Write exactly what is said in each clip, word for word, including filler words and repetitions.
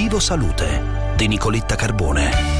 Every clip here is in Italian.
Obiettivo Salute di Nicoletta Carbone.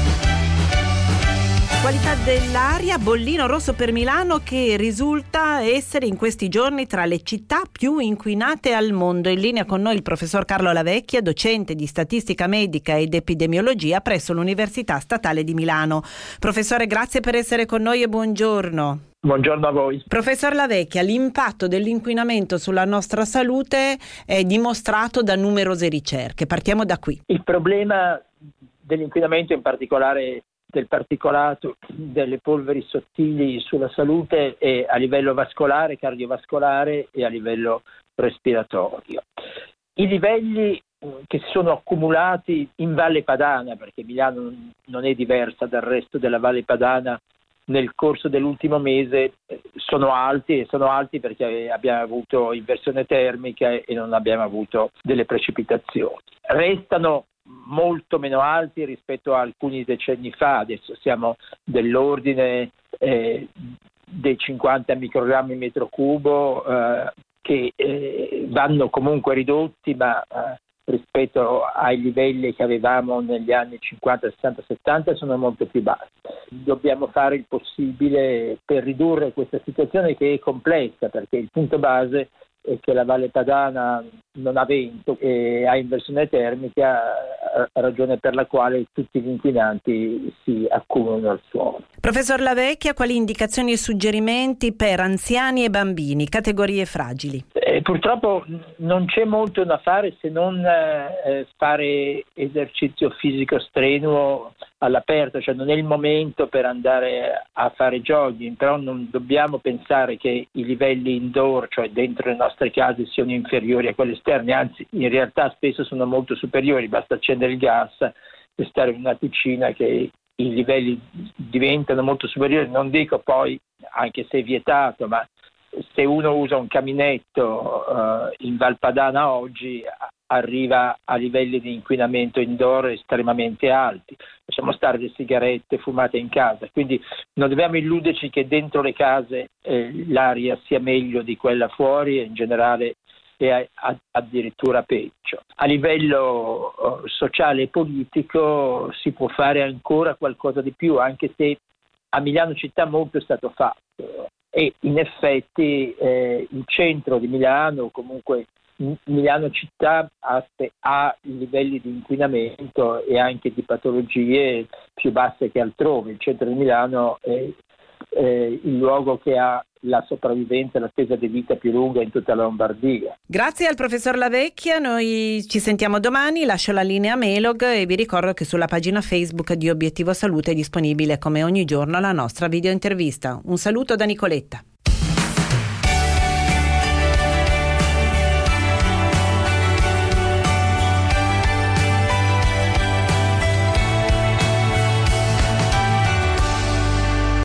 Qualità dell'aria, bollino rosso per Milano che risulta essere in questi giorni tra le città più inquinate al mondo. In linea con noi il professor Carlo Lavecchia, docente di statistica medica ed epidemiologia presso l'Università Statale di Milano. Professore, grazie per essere con noi e buongiorno. Buongiorno a voi. Professor Lavecchia, l'impatto dell'inquinamento sulla nostra salute è dimostrato da numerose ricerche. Partiamo da qui. Il problema dell'inquinamento, in particolare del particolato, delle polveri sottili sulla salute, è a livello vascolare, cardiovascolare e a livello respiratorio. I livelli che si sono accumulati in Valle Padana, perché Milano non è diversa dal resto della Valle Padana, nel corso dell'ultimo mese sono alti, e sono alti perché abbiamo avuto inversione termica e non abbiamo avuto delle precipitazioni. Restano molto meno alti rispetto a alcuni decenni fa, adesso siamo dell'ordine eh, dei cinquanta microgrammi metro cubo eh, che eh, vanno comunque ridotti, ma eh, rispetto ai livelli che avevamo negli anni cinquanta, sessanta, settanta sono molto più bassi. Dobbiamo fare il possibile per ridurre questa situazione, che è complessa, perché il punto base è che la Valle Padana non ha vento e ha inversione termica, ragione per la quale tutti gli inquinanti si accumulano al suolo. Professor Lavecchia, quali indicazioni e suggerimenti per anziani e bambini, categorie fragili? Eh, purtroppo non c'è molto da fare se non eh, fare esercizio fisico strenuo all'aperto, cioè non è il momento per andare a fare jogging, però non dobbiamo pensare che i livelli indoor, cioè dentro le nostre case, siano inferiori a quelli esterni, anzi in realtà spesso sono molto superiori, basta accendere il gas e stare in una cucina che i livelli diventano molto superiori. Non dico poi, anche se è vietato, ma se uno usa un caminetto uh, in Val Padana oggi arriva a livelli di inquinamento indoor estremamente alti. Lasciamo stare le sigarette fumate in casa, quindi non dobbiamo illuderci che dentro le case eh, l'aria sia meglio di quella fuori, e in generale è addirittura peggio. A livello uh, sociale e politico si può fare ancora qualcosa di più, anche se a Milano città molto è stato fatto, e in effetti eh, il centro di Milano, comunque Milano città, ha, ha livelli di inquinamento e anche di patologie più basse che altrove. Il centro di Milano è, è il luogo che ha la sopravvivenza e l'attesa di vita più lunga in tutta la Lombardia. Grazie al professor Lavecchia, noi ci sentiamo domani, lascio la linea a Melog e vi ricordo che sulla pagina Facebook di Obiettivo Salute è disponibile come ogni giorno la nostra video intervista. Un saluto da Nicoletta.